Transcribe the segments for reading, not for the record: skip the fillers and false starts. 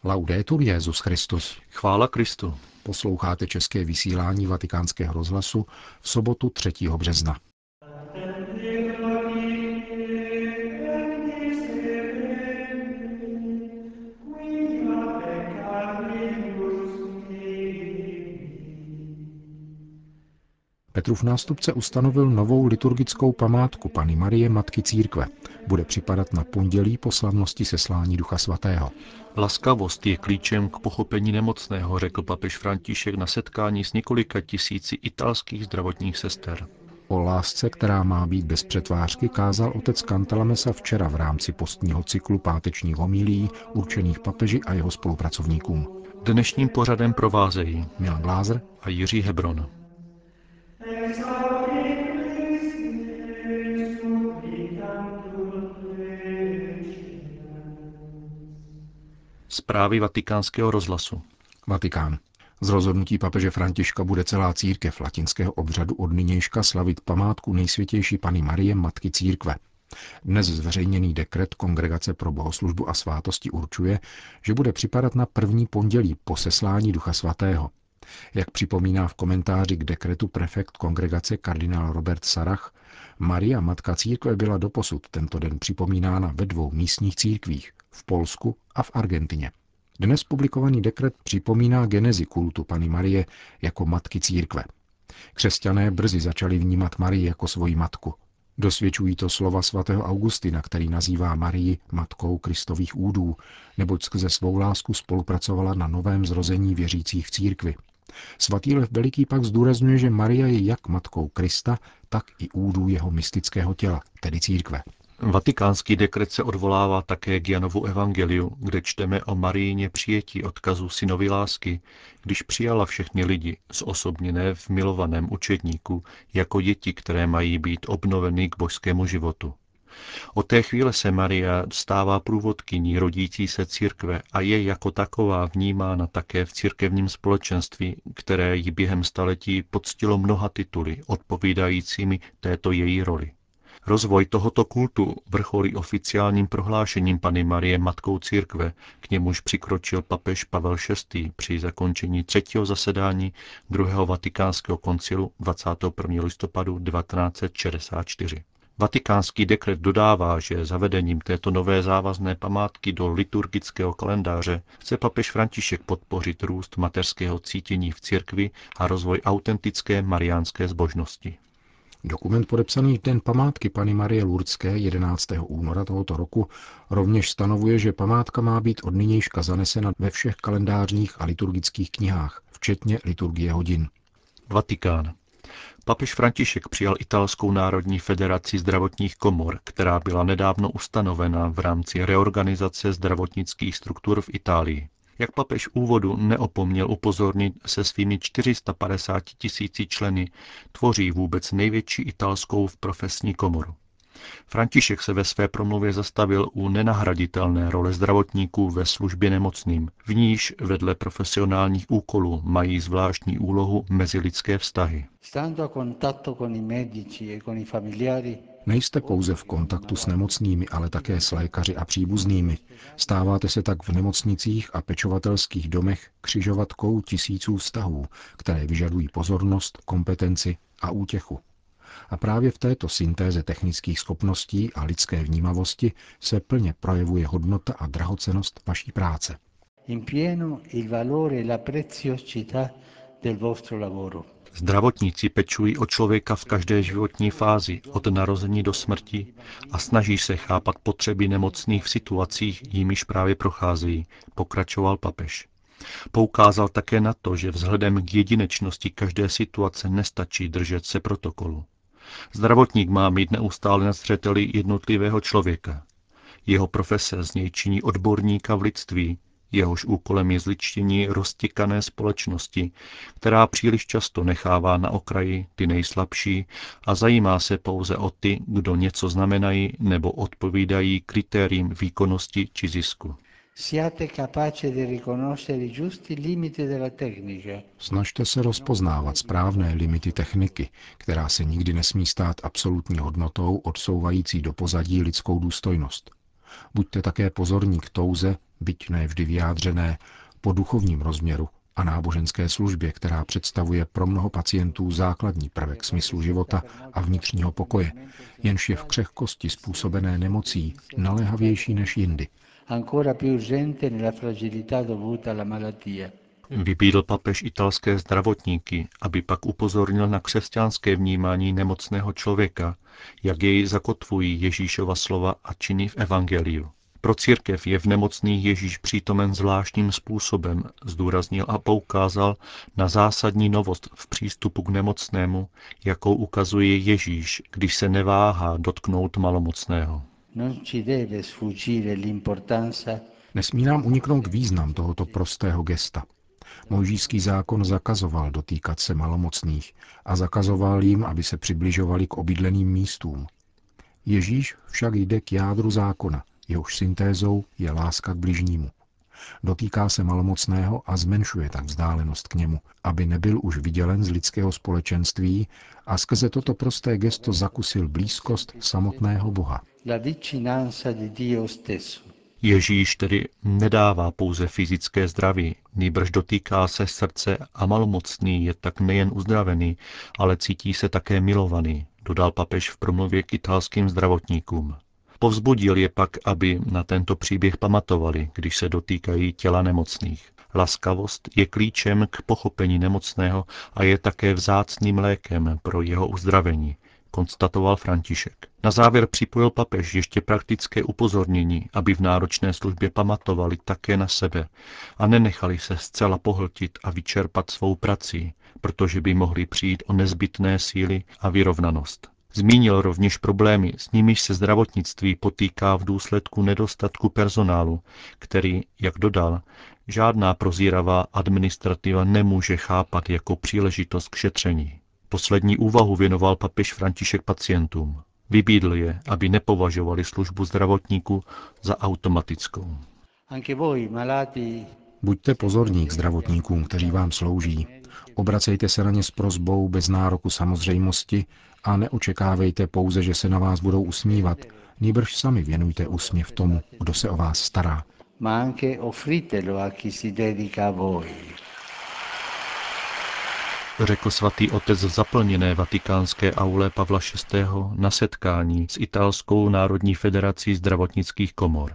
Laudetur Jesus Christus. Chvála Kristu. Posloucháte české vysílání Vatikánského rozhlasu v sobotu 3. března. Petrův nástupce ustanovil novou liturgickou památku Panny Marie Matky Církve. Bude připadat na pondělí po slavnosti seslání Ducha Svatého. Laskavost je klíčem k pochopení nemocného, řekl papež František na setkání s několika tisíci italských zdravotních sester. O lásce, která má být bez přetvářky, kázal otec Cantalamessa včera v rámci postního cyklu pátečních homilií určených papeži a jeho spolupracovníkům. Dnešním pořadem provázejí Milan Glázer a Jiří Hebron. Zprávy Vatikánského rozhlasu. Vatikán. Z rozhodnutí papeže Františka bude celá církev latinského obřadu od nynějška slavit památku nejsvětější Panny Marie Matky Církve. Dnes zveřejněný dekret Kongregace pro bohoslužbu a svátosti určuje, že bude připadat na první pondělí po seslání Ducha Svatého. Jak připomíná v komentáři k dekretu prefekt kongregace kardinál Robert Sarach, Maria Matka Církve byla doposud tento den připomínána ve 2 místních církvích, v Polsku a v Argentině. Dnes publikovaný dekret připomíná genezi kultu Panny Marie jako Matky Církve. Křesťané brzy začali vnímat Marii jako svoji matku. Dosvědčují to slova svatého Augustina, který nazývá Marii matkou Kristových údů, neboť skrze svou lásku spolupracovala na novém zrození věřících v církvi. Svatý Lev Veliký pak zdůrazňuje, že Maria je jak matkou Krista, tak i údů jeho mystického těla, tedy církve. Vatikánský dekret se odvolává také k Janovu evangeliu, kde čteme o Marijině přijetí odkazu synovy lásky, když přijala všechny lidi, zosobněné v milovaném učedníku, jako děti, které mají být obnoveny k božskému životu. Od té chvíle se Maria stává průvodkyní rodící se církve a je jako taková vnímána také v církevním společenství, které ji během staletí poctilo mnoha tituly, odpovídajícími této její roli. Rozvoj tohoto kultu vrcholí oficiálním prohlášením Panny Marie Matkou Církve, k němuž přikročil papež Pavel VI. Při zakončení 3. zasedání 2. vatikánského koncilu 21. listopadu 1964. Vatikánský dekret dodává, že zavedením této nové závazné památky do liturgického kalendáře chce papež František podpořit růst mateřského cítění v církvi a rozvoj autentické mariánské zbožnosti. Dokument podepsaný v den památky Panny Marie Lurdské 11. února tohoto roku rovněž stanovuje, že památka má být od nynějška zanesena ve všech kalendářních a liturgických knihách, včetně liturgie hodin. Vatikán. Papež František přijal Italskou národní federaci zdravotních komor, která byla nedávno ustanovena v rámci reorganizace zdravotnických struktur v Itálii. Jak papež úvodu neopomněl upozornit, se svými 450 000 členy tvoří vůbec největší italskou profesní komoru. František se ve své promluvě zastavil u nenahraditelné role zdravotníků ve službě nemocným, v níž vedle profesionálních úkolů mají zvláštní úlohu mezilidské vztahy. Nejste pouze v kontaktu s nemocnými, ale také s lékaři a příbuznými. Stáváte se tak v nemocnicích a pečovatelských domech křižovatkou tisíců vztahů, které vyžadují pozornost, kompetenci a útěchu. A právě v této syntéze technických schopností a lidské vnímavosti se plně projevuje hodnota a drahocennost vaší práce. Zdravotníci pečují o člověka v každé životní fázi, od narození do smrti, a snaží se chápat potřeby nemocných v situacích, jimiž právě procházejí, pokračoval papež. Poukázal také na to, že vzhledem k jedinečnosti každé situace nestačí držet se protokolu. Zdravotník má mít neustále na zřeteli jednotlivého člověka. Jeho profese z něj činí odborníka v lidství, jehož úkolem je zličtění roztěkané společnosti, která příliš často nechává na okraji ty nejslabší a zajímá se pouze o ty, kdo něco znamenají nebo odpovídají kritériím výkonnosti či zisku. Snažte se rozpoznávat správné limity techniky, která se nikdy nesmí stát absolutní hodnotou odsouvající do pozadí lidskou důstojnost. Buďte také pozorní k touze byť ne vždy vyjádřené, po duchovním rozměru a náboženské službě, která představuje pro mnoho pacientů základní prvek smyslu života a vnitřního pokoje, jenž je v křehkosti způsobené nemocí naléhavější než jindy. Vybídl papež italské zdravotníky, aby pak upozornil na křesťanské vnímání nemocného člověka, jak jej zakotvují Ježíšova slova a činy v evangeliu. Pro církev je v nemocných Ježíš přítomen zvláštním způsobem, zdůraznil a poukázal na zásadní novost v přístupu k nemocnému, jakou ukazuje Ježíš, když se neváhá dotknout malomocného. Nesmí nám uniknout význam tohoto prostého gesta. Mojžíšský zákon zakazoval dotýkat se malomocných a zakazoval jim, aby se přibližovali k obydleným místům. Ježíš však jde k jádru zákona, jehož syntézou je láska k bližnímu. Dotýká se malomocného a zmenšuje tak vzdálenost k němu, aby nebyl už vydělen z lidského společenství a skrze toto prosté gesto zakusil blízkost samotného Boha. Ježíš tedy nedává pouze fyzické zdraví, nýbrž dotýká se srdce a malomocný je tak nejen uzdravený, ale cítí se také milovaný, dodal papež v promluvě k italským zdravotníkům. Povzbudil je pak, aby na tento příběh pamatovali, když se dotýkají těla nemocných. Laskavost je klíčem k pochopení nemocného a je také vzácným lékem pro jeho uzdravení, konstatoval František. Na závěr připojil papež ještě praktické upozornění, aby v náročné službě pamatovali také na sebe a nenechali se zcela pohltit a vyčerpat svou prací, protože by mohli přijít o nezbytné síly a vyrovnanost. Zmínil rovněž problémy, s nimiž se zdravotnictví potýká v důsledku nedostatku personálu, který, jak dodal, žádná prozíravá administrativa nemůže chápat jako příležitost k šetření. Poslední úvahu věnoval papež František pacientům. Vybídl je, aby nepovažovali službu zdravotníků za automatickou. Buďte pozorní k zdravotníkům, kteří vám slouží. Obracejte se na ně s prosbou bez nároku samozřejmosti a neočekávejte pouze, že se na vás budou usmívat, nýbrž sami věnujte úsměv tomu, kdo se o vás stará. Řekl svatý otec v zaplněné vatikánské aule Pavla VI. Na setkání s italskou národní federací zdravotnických komor.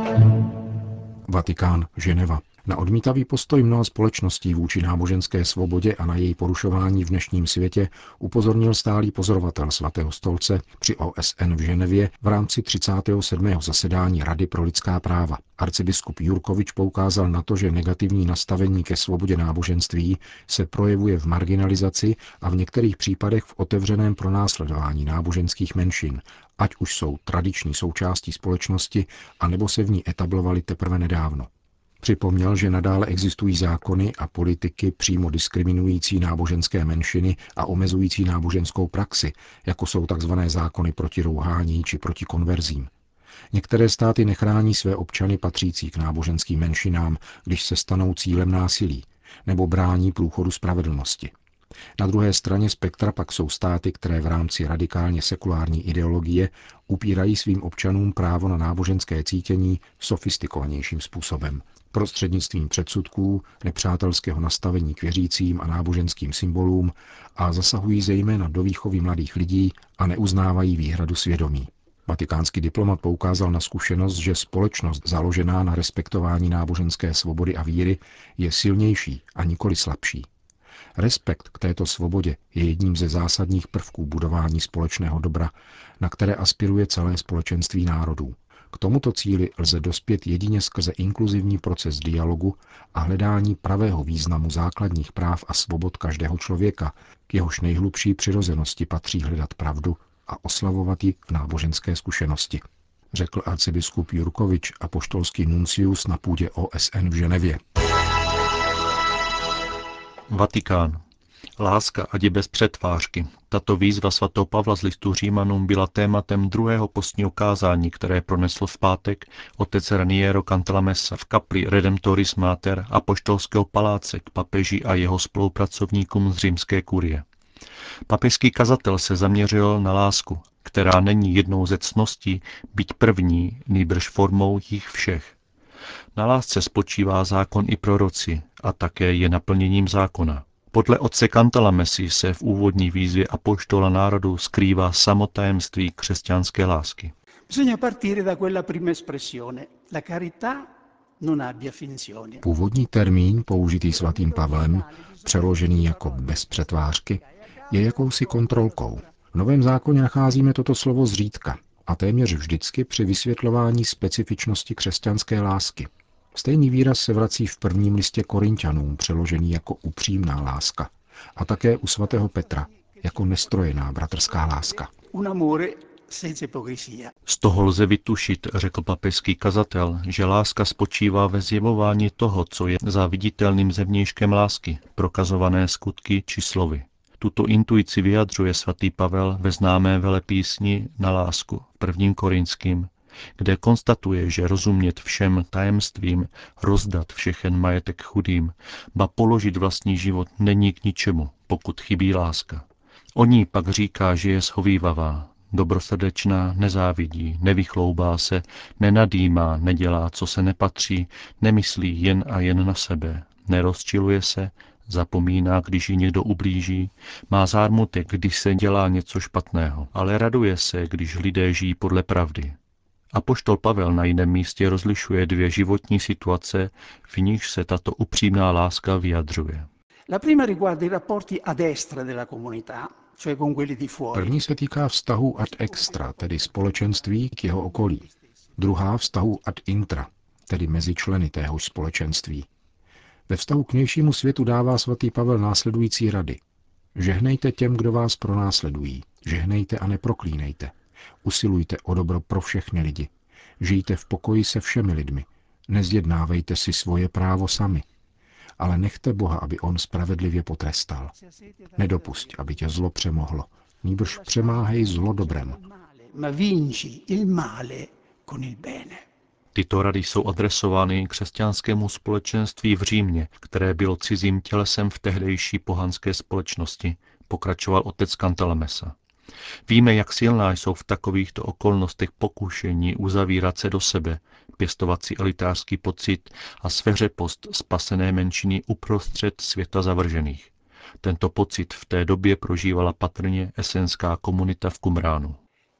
Vatikán, Ženeva. Na odmítavý postoj mnoha společností vůči náboženské svobodě a na její porušování v dnešním světě upozornil stálý pozorovatel Svatého stolce při OSN v Ženevě v rámci 37. zasedání Rady pro lidská práva. Arcibiskup Jurkovič poukázal na to, že negativní nastavení ke svobodě náboženství se projevuje v marginalizaci a v některých případech v otevřeném pronásledování náboženských menšin, ať už jsou tradiční součástí společnosti, anebo se v ní etablovali teprve nedávno. Připomněl, že nadále existují zákony a politiky přímo diskriminující náboženské menšiny a omezující náboženskou praxi, jako jsou tzv. Zákony proti rouhání či proti konverzím. Některé státy nechrání své občany patřící k náboženským menšinám, když se stanou cílem násilí, nebo brání průchodu spravedlnosti. Na druhé straně spektra pak jsou státy, které v rámci radikálně sekulární ideologie upírají svým občanům právo na náboženské cítění sofistikovanějším způsobem, prostřednictvím předsudků, nepřátelského nastavení k věřícím a náboženským symbolům a zasahují zejména do výchovy mladých lidí a neuznávají výhradu svědomí. Vatikánský diplomat poukázal na zkušenost, že společnost založená na respektování náboženské svobody a víry je silnější a nikoli slabší. Respekt k této svobodě je jedním ze zásadních prvků budování společného dobra, na které aspiruje celé společenství národů. K tomuto cíli lze dospět jedině skrze inkluzivní proces dialogu a hledání pravého významu základních práv a svobod každého člověka, k jehož nejhlubší přirozenosti patří hledat pravdu a oslavovat ji v náboženské zkušenosti, řekl arcibiskup Jurkovič, apoštolský nuncius na půdě OSN v Ženevě. Vatikán. Láska ať je bez přetvářky. Tato výzva svatého Pavla z listu Římanům byla tématem druhého postního kázání, které pronesl v pátek otec Raniero Cantalamessa v kapli Redemptoris Mater apoštolského paláce k papeži a jeho spolupracovníkům z římské kurie. Papežský kazatel se zaměřil na lásku, která není jednou ze ctností, byť první, nýbrž formou jich všech. Na lásce spočívá zákon i proroci a také je naplněním zákona. Podle otce Cantalamessy se v úvodní výzvě apoštola národu skrývá samo tajemství křesťanské lásky. Původní termín, použitý svatým Pavlem, přeložený jako bez přetvářky, je jakousi kontrolkou. V Novém zákoně nacházíme toto slovo zřídka a téměř vždycky při vysvětlování specifičnosti křesťanské lásky. Stejný výraz se vrací v prvním listě Korinťanům, přeložený jako upřímná láska, a také u svatého Petra jako nestrojená bratrská láska. Z toho lze vytušit, řekl papežský kazatel, že láska spočívá ve zjevování toho, co je za viditelným zevnějškem lásky, prokazované skutky či slovy. Tuto intuici vyjadřuje svatý Pavel ve známé velepísni Na lásku, 1. Korinským, kde konstatuje, že rozumět všem tajemstvím, rozdat všechen majetek chudým, ba položit vlastní život není k ničemu, pokud chybí láska. O ní pak říká, že je shovívavá, dobrosrdečná, nezávidí, nevychloubá se, nenadýmá, nedělá, co se nepatří, nemyslí jen a jen na sebe, nerozčiluje se, zapomíná, když ji někdo ublíží, má zármutek, když se dělá něco špatného, ale raduje se, když lidé žijí podle pravdy. Apoštol Pavel na jiném místě rozlišuje dvě životní situace, v nichž se tato upřímná láska vyjadřuje. První se týká vztahu ad extra, tedy společenství k jeho okolí. Druhá vztahu ad intra, tedy mezi členy téhož společenství. Ve vztahu k vnějšímu světu dává svatý Pavel následující rady. Žehnejte těm, kdo vás pronásledují. Žehnejte a neproklínejte. Usilujte o dobro pro všechny lidi. Žijte v pokoji se všemi lidmi. Nezjednávejte si svoje právo sami. Ale nechte Boha, aby on spravedlivě potrestal. Nedopusť, aby tě zlo přemohlo. Nýbrž přemáhej zlo dobrem. Tyto rady jsou adresovány křesťanskému společenství v Římě, které bylo cizím tělesem v tehdejší pohanské společnosti, pokračoval otec Cantalamessa. Víme, jak silná jsou v takovýchto okolnostech pokušení uzavírat se do sebe, pěstovat si elitářský pocit a sveřepost spasené menšiny uprostřed světa zavržených. Tento pocit v té době prožívala patrně esenská komunita v Qumránu.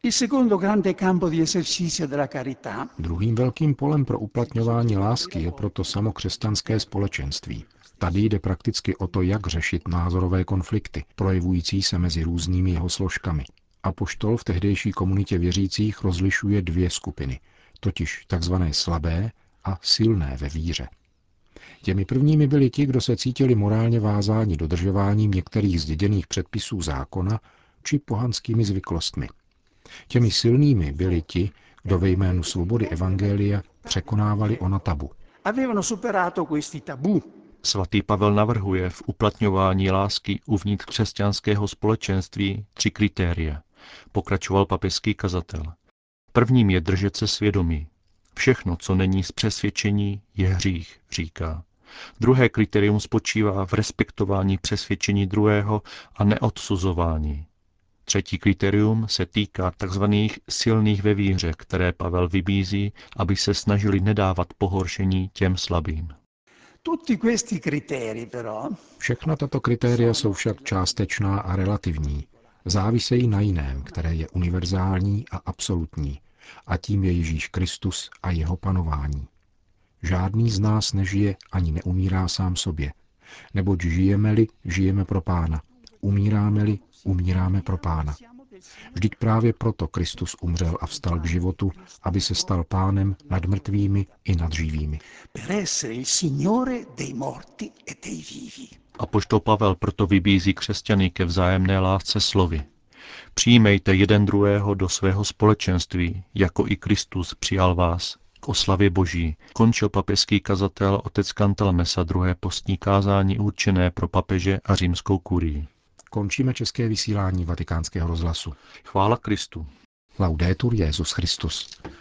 Druhým velkým polem pro uplatňování lásky je proto samo křesťanské společenství. Tady jde prakticky o to, jak řešit názorové konflikty, projevující se mezi různými jeho složkami. Apoštol v tehdejší komunitě věřících rozlišuje dvě skupiny, totiž takzvané slabé a silné ve víře. Těmi prvními byli ti, kdo se cítili morálně vázáni dodržováním některých zděděných předpisů zákona či pohanskými zvyklostmi. Těmi silnými byli ti, kdo ve jménu svobody evangelia překonávali ona tabu. Svatý Pavel navrhuje v uplatňování lásky uvnitř křesťanského společenství 3 kritéria. Pokračoval papežský kazatel. Prvním je držet se svědomí. Všechno, co není z přesvědčení, je hřích, říká. Druhé kritérium spočívá v respektování přesvědčení druhého a neodsuzování. Třetí kritérium se týká tzv. Silných ve víře, které Pavel vybízí, aby se snažili nedávat pohoršení těm slabým. Všechna tato kritéria jsou však částečná a relativní. Závisejí na jiném, které je univerzální a absolutní, a tím je Ježíš Kristus a jeho panování. Žádný z nás nežije ani neumírá sám sobě, neboť žijeme-li, žijeme pro Pána, umíráme-li, umíráme pro Pána. Vždyť právě proto Kristus umřel a vstal k životu, aby se stal pánem nad mrtvými i nad živými. Apoštol Pavel proto vybízí křesťany ke vzájemné lásce slovy. Přijmejte jeden druhého do svého společenství, jako i Kristus přijal vás k oslavě Boží, končil papežský kazatel otec Cantalamessa druhé postní kázání určené pro papeže a římskou kurii. Končíme české vysílání Vatikánského rozhlasu. Chvála Kristu. Laudetur Jesus Christus.